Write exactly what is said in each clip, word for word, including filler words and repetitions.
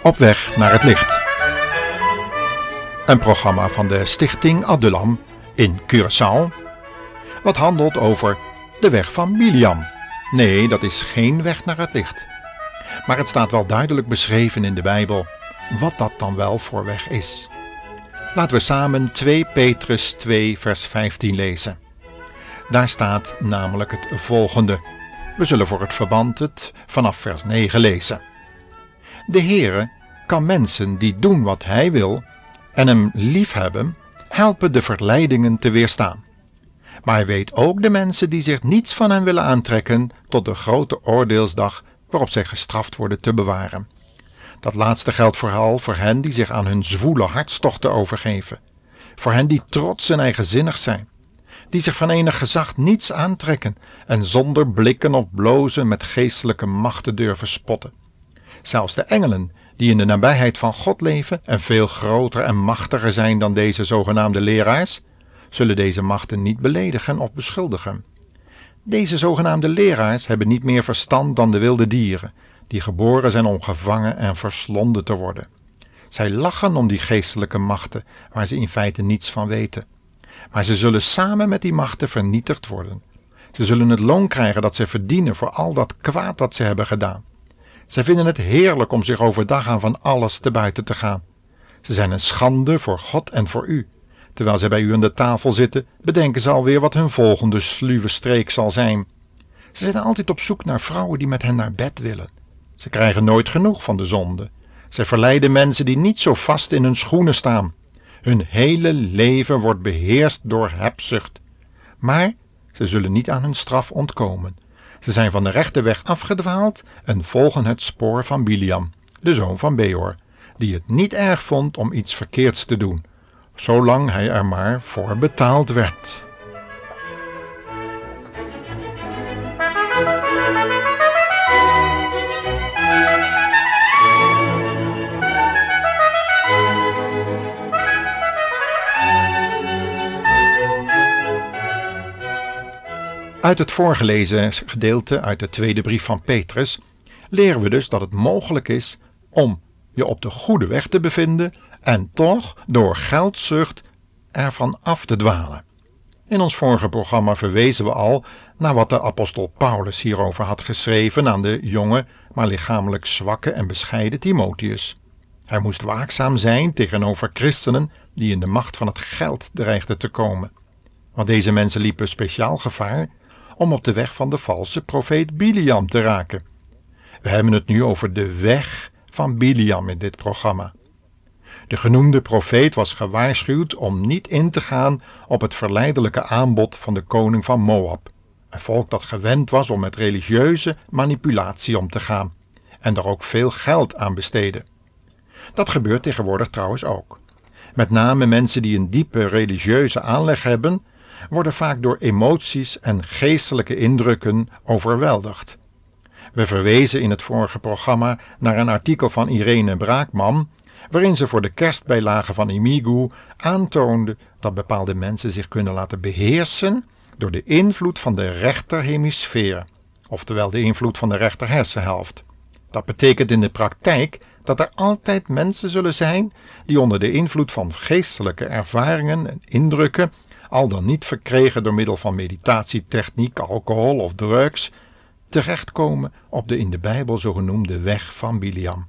Op weg naar het licht. Een programma van de Stichting Adullam in Curaçao, wat handelt over de weg van Biliam. Nee, dat is geen weg naar het licht. Maar het staat wel duidelijk beschreven in de Bijbel wat dat dan wel voor weg is. Laten we samen twee Petrus twee vers vijftien lezen. Daar staat namelijk het volgende. We zullen voor het verband het vanaf vers negen lezen. De Heere kan mensen die doen wat Hij wil en Hem liefhebben, helpen de verleidingen te weerstaan. Maar Hij weet ook de mensen die zich niets van Hem willen aantrekken tot de grote oordeelsdag waarop zij gestraft worden te bewaren. Dat laatste geldt vooral voor hen die zich aan hun zwoele hartstochten overgeven. Voor hen die trots en eigenzinnig zijn. Die zich van enig gezag niets aantrekken en zonder blikken of blozen met geestelijke machten durven spotten. Zelfs de engelen die in de nabijheid van God leven en veel groter en machtiger zijn dan deze zogenaamde leraars, zullen deze machten niet beledigen of beschuldigen. Deze zogenaamde leraars hebben niet meer verstand dan de wilde dieren, die geboren zijn om gevangen en verslonden te worden. Zij lachen om die geestelijke machten, waar ze in feite niets van weten. Maar ze zullen samen met die machten vernietigd worden. Ze zullen het loon krijgen dat ze verdienen voor al dat kwaad dat ze hebben gedaan. Zij vinden het heerlijk om zich overdag aan van alles te buiten te gaan. Ze zijn een schande voor God en voor u. Terwijl zij bij u aan de tafel zitten, bedenken ze alweer wat hun volgende sluwe streek zal zijn. Ze zijn altijd op zoek naar vrouwen die met hen naar bed willen. Ze krijgen nooit genoeg van de zonde. Zij verleiden mensen die niet zo vast in hun schoenen staan. Hun hele leven wordt beheerst door hebzucht. Maar ze zullen niet aan hun straf ontkomen. Ze zijn van de rechte weg afgedwaald en volgen het spoor van Biliam, de zoon van Beor, die het niet erg vond om iets verkeerds te doen, zolang hij er maar voor betaald werd. Uit het voorgelezen gedeelte uit de tweede brief van Petrus leren we dus dat het mogelijk is om je op de goede weg te bevinden en toch door geldzucht ervan af te dwalen. In ons vorige programma verwezen we al naar wat de apostel Paulus hierover had geschreven aan de jonge, maar lichamelijk zwakke en bescheiden Timotheus. Hij moest waakzaam zijn tegenover christenen die in de macht van het geld dreigden te komen. Want deze mensen liepen speciaal gevaar om op de weg van de valse profeet Biliam te raken. We hebben het nu over de weg van Biliam in dit programma. De genoemde profeet was gewaarschuwd om niet in te gaan op het verleidelijke aanbod van de koning van Moab, een volk dat gewend was om met religieuze manipulatie om te gaan en daar ook veel geld aan besteden. Dat gebeurt tegenwoordig trouwens ook. Met name mensen die een diepe religieuze aanleg hebben, worden vaak door emoties en geestelijke indrukken overweldigd. We verwezen in het vorige programma naar een artikel van Irene Braakman, waarin ze voor de kerstbijlage van Imigo aantoonde dat bepaalde mensen zich kunnen laten beheersen door de invloed van de rechterhemisfeer, oftewel de invloed van de rechter hersenhelft. Dat betekent in de praktijk dat er altijd mensen zullen zijn die onder de invloed van geestelijke ervaringen en indrukken, al dan niet verkregen door middel van meditatietechniek, alcohol of drugs, terechtkomen op de in de Bijbel zogenoemde weg van Biliam.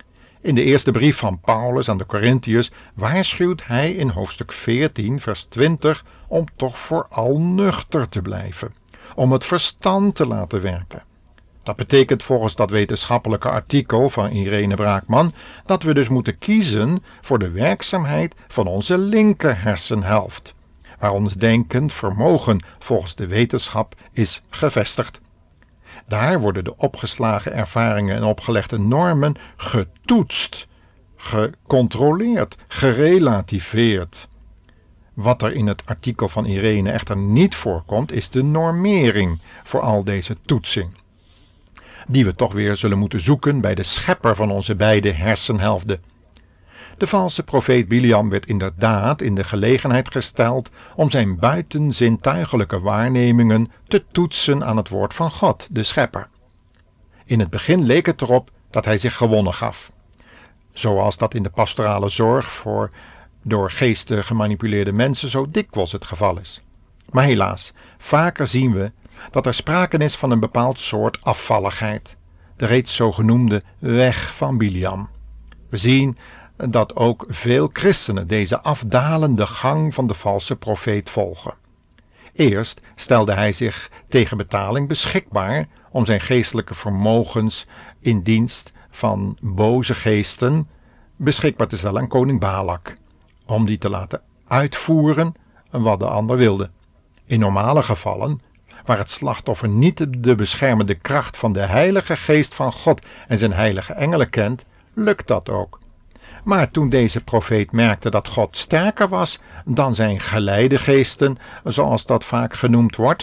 In de eerste brief van Paulus aan de Korintiërs waarschuwt hij in hoofdstuk veertien vers twintig om toch vooral nuchter te blijven, om het verstand te laten werken. Dat betekent volgens dat wetenschappelijke artikel van Irene Braakman dat we dus moeten kiezen voor de werkzaamheid van onze linker hersenhelft, waar ons denkend vermogen volgens de wetenschap is gevestigd. Daar worden de opgeslagen ervaringen en opgelegde normen getoetst, gecontroleerd, gerelativeerd. Wat er in het artikel van Irene echter niet voorkomt, is de normering voor al deze toetsing, die we toch weer zullen moeten zoeken bij de schepper van onze beide hersenhelften. De valse profeet Biliam werd inderdaad in de gelegenheid gesteld om zijn buitenzintuigelijke waarnemingen te toetsen aan het woord van God, de schepper. In het begin leek het erop dat hij zich gewonnen gaf. zoals dat in de pastorale zorg voor door geesten gemanipuleerde mensen zo dikwijls het geval is. Maar helaas, vaker zien we dat er sprake is van een bepaald soort afvalligheid, de reeds zogenoemde weg van Biliam. We zien dat ook veel christenen deze afdalende gang van de valse profeet volgen. Eerst stelde hij zich tegen betaling beschikbaar om zijn geestelijke vermogens in dienst van boze geesten beschikbaar te stellen aan koning Balak, om die te laten uitvoeren wat de ander wilde. In normale gevallen, waar het slachtoffer niet de beschermende kracht van de heilige geest van God en zijn heilige engelen kent, lukt dat ook. Maar toen deze profeet merkte dat God sterker was dan zijn geleidegeesten, zoals dat vaak genoemd wordt,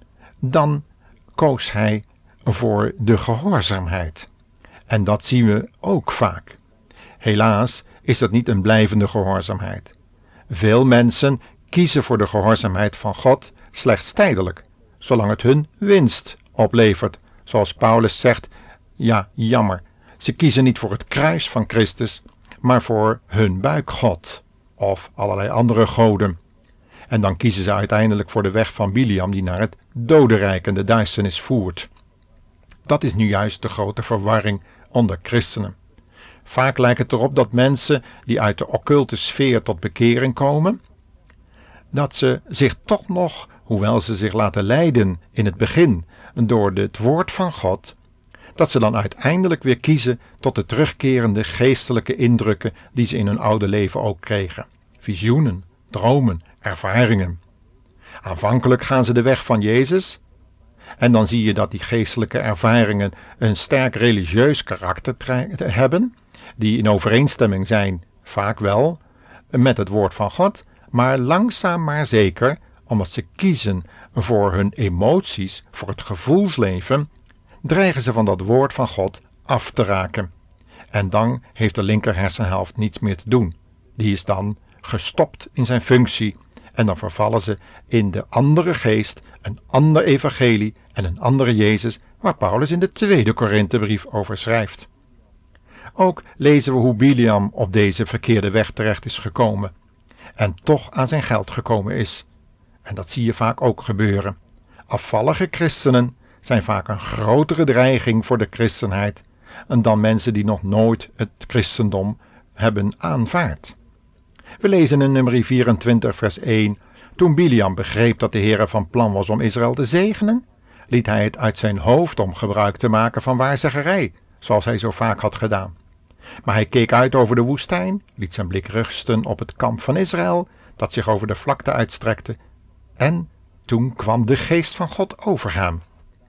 dan koos hij voor de gehoorzaamheid. En dat zien we ook vaak. Helaas is dat niet een blijvende gehoorzaamheid. Veel mensen kiezen voor de gehoorzaamheid van God slechts tijdelijk, zolang het hun winst oplevert. Zoals Paulus zegt, ja, jammer, ze kiezen niet voor het kruis van Christus, maar voor hun buikgod of allerlei andere goden. En dan kiezen ze uiteindelijk voor de weg van Biliam die naar het dodenrijk en de duisternis voert. Dat is nu juist de grote verwarring onder christenen. Vaak lijkt het erop dat mensen die uit de occulte sfeer tot bekering komen, dat ze zich toch nog, hoewel ze zich laten leiden in het begin door het woord van God, dat ze dan uiteindelijk weer kiezen tot de terugkerende geestelijke indrukken die ze in hun oude leven ook kregen. Visioenen, dromen, ervaringen. Aanvankelijk gaan ze de weg van Jezus en dan zie je dat die geestelijke ervaringen een sterk religieus karakter hebben, die in overeenstemming zijn, vaak wel, met het woord van God, maar langzaam maar zeker, omdat ze kiezen voor hun emoties, voor het gevoelsleven, dreigen ze van dat woord van God af te raken. En dan heeft de linker hersenhelft niets meer te doen. Die is dan gestopt in zijn functie en dan vervallen ze in de andere geest, een ander evangelie en een andere Jezus, waar Paulus in de tweede Korinthebrief over schrijft. Ook lezen we hoe Biliam op deze verkeerde weg terecht is gekomen en toch aan zijn geld gekomen is. En dat zie je vaak ook gebeuren. Afvallige christenen zijn vaak een grotere dreiging voor de christenheid dan mensen die nog nooit het christendom hebben aanvaard. We lezen in nummer vierentwintig vers één, toen Biliam begreep dat de Heere van plan was om Israël te zegenen, liet hij het uit zijn hoofd om gebruik te maken van waarzeggerij, zoals hij zo vaak had gedaan. Maar hij keek uit over de woestijn, liet zijn blik rusten op het kamp van Israël, dat zich over de vlakte uitstrekte, en toen kwam de geest van God over hem.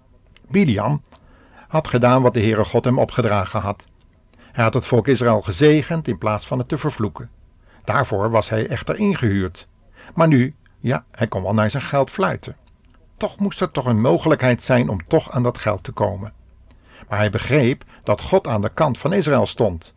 Biliam had gedaan wat de Heere God hem opgedragen had. Hij had het volk Israël gezegend in plaats van het te vervloeken. Daarvoor was hij echter ingehuurd. Maar nu, ja, hij kon wel naar zijn geld fluiten. Toch moest er toch een mogelijkheid zijn om toch aan dat geld te komen. Maar hij begreep dat God aan de kant van Israël stond.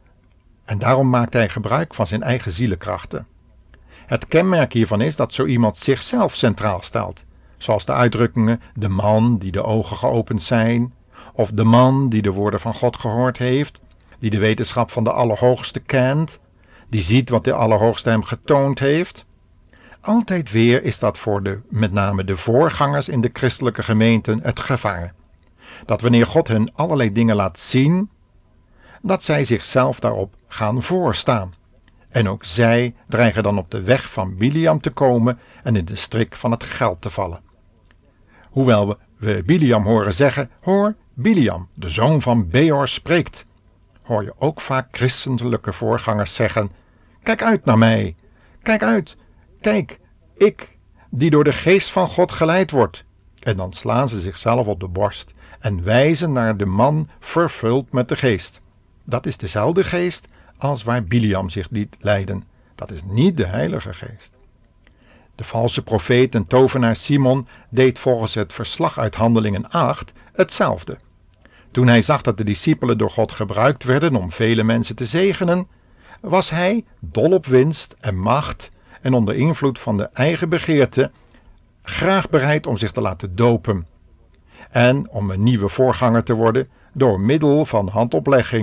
En daarom maakte hij gebruik van zijn eigen zielenkrachten. Het kenmerk hiervan is dat zo iemand zichzelf centraal stelt. Zoals de uitdrukkingen, de man die de ogen geopend zijn, of de man die de woorden van God gehoord heeft, die de wetenschap van de Allerhoogste kent, die ziet wat de Allerhoogste hem getoond heeft. Altijd weer is dat voor de, met name de voorgangers in de christelijke gemeenten het gevaar. Dat wanneer God hun allerlei dingen laat zien, dat zij zichzelf daarop gaan voorstaan. En ook zij dreigen dan op de weg van Biliam te komen en in de strik van het geld te vallen. Hoewel we, we Biliam horen zeggen, hoor, Biliam, de zoon van Beor, spreekt, hoor je ook vaak christelijke voorgangers zeggen, kijk uit naar mij, kijk uit, kijk, ik, die door de geest van God geleid wordt. En dan slaan ze zichzelf op de borst en wijzen naar de man vervuld met de geest. Dat is dezelfde geest als waar Biliam zich liet leiden. Dat is niet de Heilige Geest. De valse profeet en tovenaar Simon deed volgens het verslag uit Handelingen acht hetzelfde. Toen hij zag dat de discipelen door God gebruikt werden om vele mensen te zegenen, was hij, dol op winst en macht en onder invloed van de eigen begeerte, graag bereid om zich te laten dopen. En om een nieuwe voorganger te worden door middel van handoplegging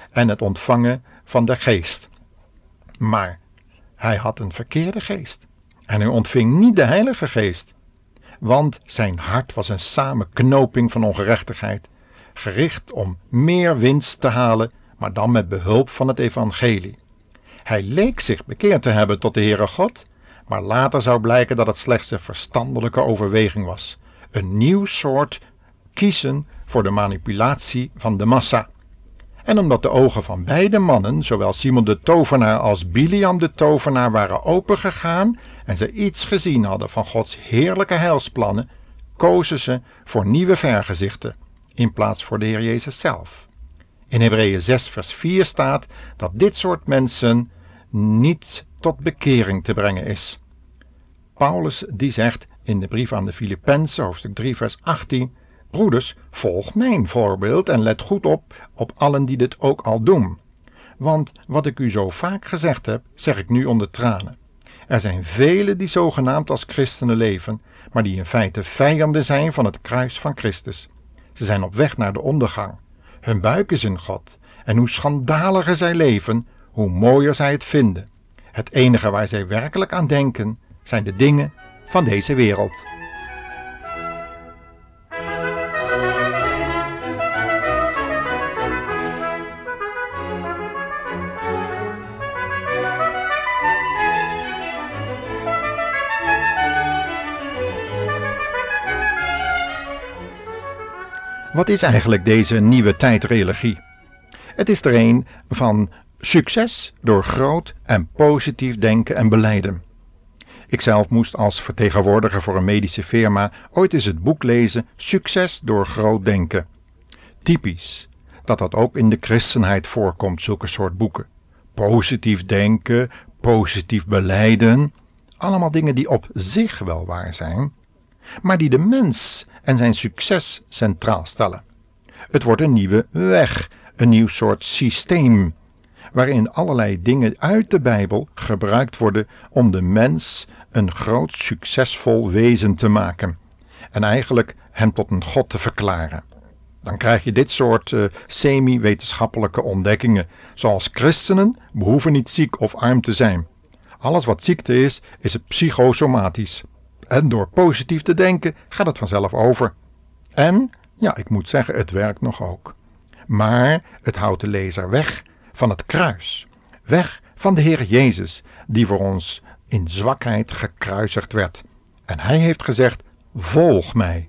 en het ontvangen van de geest. Maar hij had een verkeerde geest en hij ontving niet de Heilige Geest, want zijn hart was een samenknoping van ongerechtigheid, gericht om meer winst te halen, maar dan met behulp van het evangelie. Hij leek zich bekeerd te hebben tot de Heere God, maar later zou blijken dat het slechts een verstandelijke overweging was, een nieuw soort kiezen voor de manipulatie van de massa. En omdat de ogen van beide mannen, zowel Simon de tovenaar als Biliam de tovenaar, waren opengegaan en ze iets gezien hadden van Gods heerlijke heilsplannen, kozen ze voor nieuwe vergezichten in plaats voor de Heer Jezus zelf. In Hebreeën zes vers vier staat dat dit soort mensen niet tot bekering te brengen is. Paulus die zegt in de brief aan de Filippenzen, hoofdstuk drie vers achttien, broeders, volg mijn voorbeeld en let goed op op allen die dit ook al doen. Want wat ik u zo vaak gezegd heb, zeg ik nu onder tranen. Er zijn velen die zogenaamd als christenen leven, maar die in feite vijanden zijn van het kruis van Christus. Ze zijn op weg naar de ondergang. Hun buik is in God. En hoe schandaliger zij leven, hoe mooier zij het vinden. Het enige waar zij werkelijk aan denken, zijn de dingen van deze wereld. Wat is eigenlijk deze nieuwe tijdreligie? Het is er een van succes door groot en positief denken en belijden. Ikzelf moest als vertegenwoordiger voor een medische firma ooit eens het boek lezen Succes door groot denken. Typisch dat dat ook in de christenheid voorkomt, zulke soort boeken. Positief denken, positief belijden, allemaal dingen die op zich wel waar zijn, maar die de mens en zijn succes centraal stellen. Het wordt een nieuwe weg, een nieuw soort systeem, waarin allerlei dingen uit de Bijbel gebruikt worden om de mens een groot succesvol wezen te maken en eigenlijk hem tot een god te verklaren. Dan krijg je dit soort uh, semi-wetenschappelijke ontdekkingen, zoals christenen behoeven niet ziek of arm te zijn. Alles wat ziekte is, is het psychosomatisch. En door positief te denken gaat het vanzelf over. En, ja, ik moet zeggen, het werkt nog ook. Maar het houdt de lezer weg van het kruis. Weg van de Heer Jezus, die voor ons in zwakheid gekruisigd werd. En hij heeft gezegd, volg mij.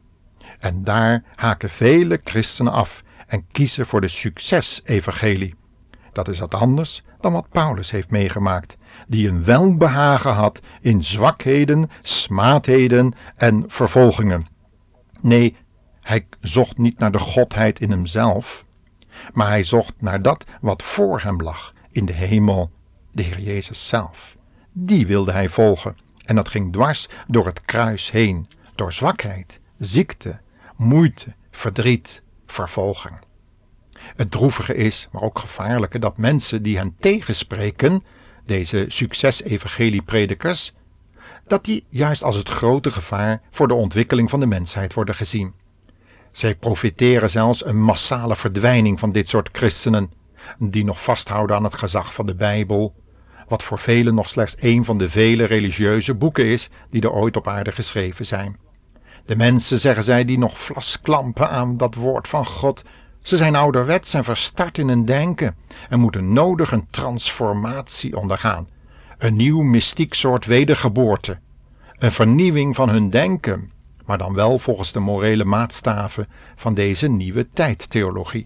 En daar haken vele christenen af en kiezen voor de succes-evangelie. Dat is wat anders dan wat Paulus heeft meegemaakt, die een welbehagen had in zwakheden, smaadheden en vervolgingen. Nee, hij zocht niet naar de godheid in hemzelf, maar hij zocht naar dat wat voor hem lag in de hemel, de Heer Jezus zelf. Die wilde hij volgen en dat ging dwars door het kruis heen, door zwakheid, ziekte, moeite, verdriet, vervolging. Het droevige is, maar ook gevaarlijke, dat mensen die hen tegenspreken, deze succes-evangelie-predikers, dat die juist als het grote gevaar voor de ontwikkeling van de mensheid worden gezien. Zij profiteren zelfs een massale verdwijning van dit soort christenen, die nog vasthouden aan het gezag van de Bijbel, wat voor velen nog slechts een van de vele religieuze boeken is die er ooit op aarde geschreven zijn. De mensen, zeggen zij, die nog vastklampen aan dat woord van God, ze zijn ouderwets en verstart in hun denken en moeten nodig een transformatie ondergaan, een nieuw mystiek soort wedergeboorte, een vernieuwing van hun denken, maar dan wel volgens de morele maatstaven van deze nieuwe tijdtheologie.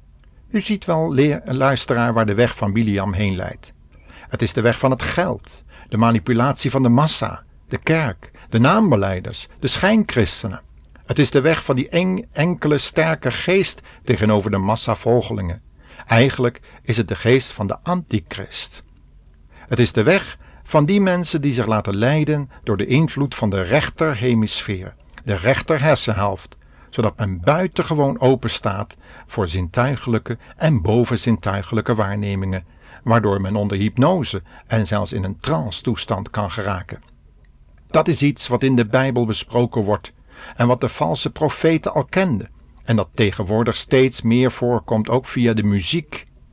U ziet wel, leer, luisteraar, waar de weg van Biliam heen leidt. Het is de weg van het geld, de manipulatie van de massa, de kerk, de naambelijders, de schijnchristenen. Het is de weg van die en, enkele sterke geest tegenover de massa volgelingen. Eigenlijk is het de geest van de antichrist. Het is de weg van die mensen die zich laten leiden door de invloed van de rechterhemisfeer, de rechter hersenhelft, zodat men buitengewoon open staat voor zintuigelijke en bovenzintuigelijke waarnemingen, waardoor men onder hypnose en zelfs in een trance-toestand kan geraken. Dat is iets wat in de Bijbel besproken wordt en wat de valse profeten al kenden en dat tegenwoordig steeds meer voorkomt ook via de muziek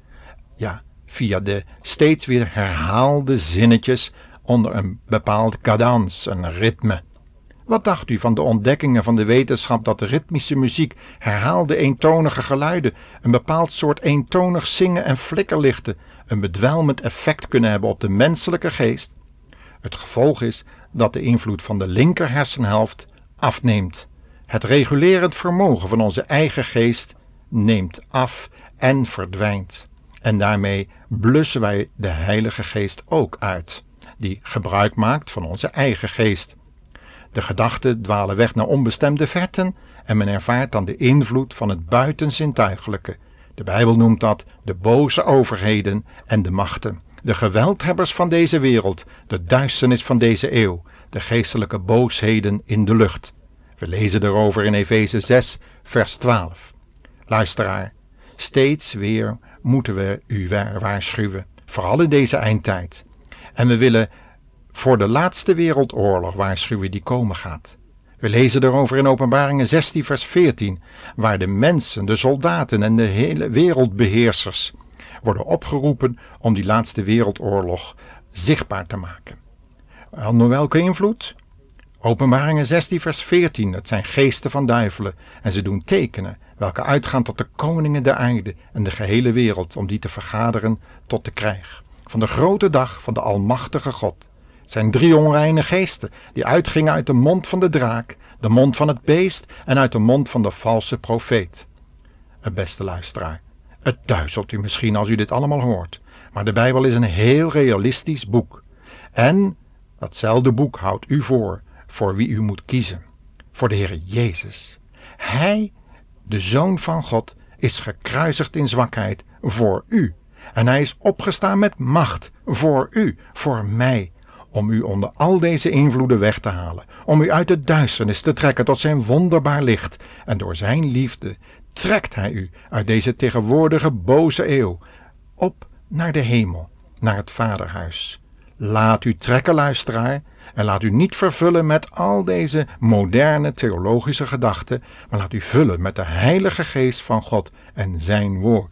Ja, via de steeds weer herhaalde zinnetjes onder een bepaald cadans, een ritme. Wat dacht u van de ontdekkingen van de wetenschap dat de ritmische muziek, herhaalde eentonige geluiden, een bepaald soort eentonig zingen en flikkerlichten een bedwelmend effect kunnen hebben op de menselijke geest? Het gevolg is dat de invloed van de linker hersenhelft afneemt. Het regulerend vermogen van onze eigen geest neemt af en verdwijnt. En daarmee blussen wij de Heilige Geest ook uit, die gebruik maakt van onze eigen geest. De gedachten dwalen weg naar onbestemde verten en men ervaart dan de invloed van het buitenzintuigelijke. De Bijbel noemt dat de boze overheden en de machten, de geweldhebbers van deze wereld, de duisternis van deze eeuw, de geestelijke boosheden in de lucht. We lezen erover in Efeze zes, vers twaalf. Luisteraar, steeds weer moeten we u waarschuwen, vooral in deze eindtijd. En we willen voor de laatste wereldoorlog waarschuwen die komen gaat. We lezen erover in Openbaringen zestien vers veertien, waar de mensen, de soldaten en de hele wereldbeheersers worden opgeroepen om die laatste wereldoorlog zichtbaar te maken. Onder welke invloed? Openbaringen zestien vers veertien, het zijn geesten van duivelen en ze doen tekenen, welke uitgaan tot de koningen der aarde en de gehele wereld, om die te vergaderen tot de krijg van de grote dag van de almachtige God. Het zijn drie onreine geesten die uitgingen uit de mond van de draak, de mond van het beest en uit de mond van de valse profeet. Het beste luisteraar, het duizelt u misschien als u dit allemaal hoort, maar de Bijbel is een heel realistisch boek. En datzelfde boek houdt u voor, voor wie u moet kiezen. Voor de Heer Jezus. Hij, de Zoon van God, is gekruisigd in zwakheid voor u. En hij is opgestaan met macht voor u, voor mij, om u onder al deze invloeden weg te halen, om u uit de duisternis te trekken tot zijn wonderbaar licht. En door zijn liefde trekt hij u uit deze tegenwoordige boze eeuw op naar de hemel, naar het Vaderhuis. Laat u trekken, luisteraar, en laat u niet vervullen met al deze moderne theologische gedachten, maar laat u vullen met de Heilige Geest van God en zijn woord.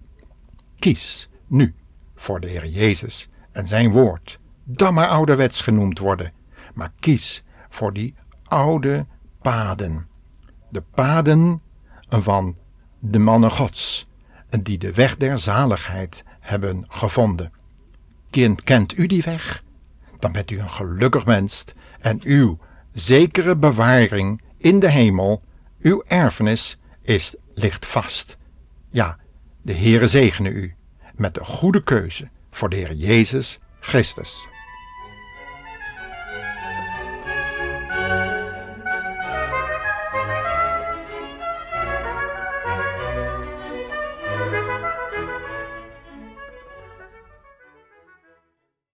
Kies nu voor de Heer Jezus en zijn woord, dan maar ouderwets genoemd worden, maar kies voor die oude paden, de paden van de mannen Gods, die de weg der zaligheid hebben gevonden. Kind, kent u die weg? Dan bent u een gelukkig mens en uw zekere bewaring in de hemel, uw erfenis, is, ligt vast. Ja, de Heere zegene u met de goede keuze voor de Heer Jezus Christus.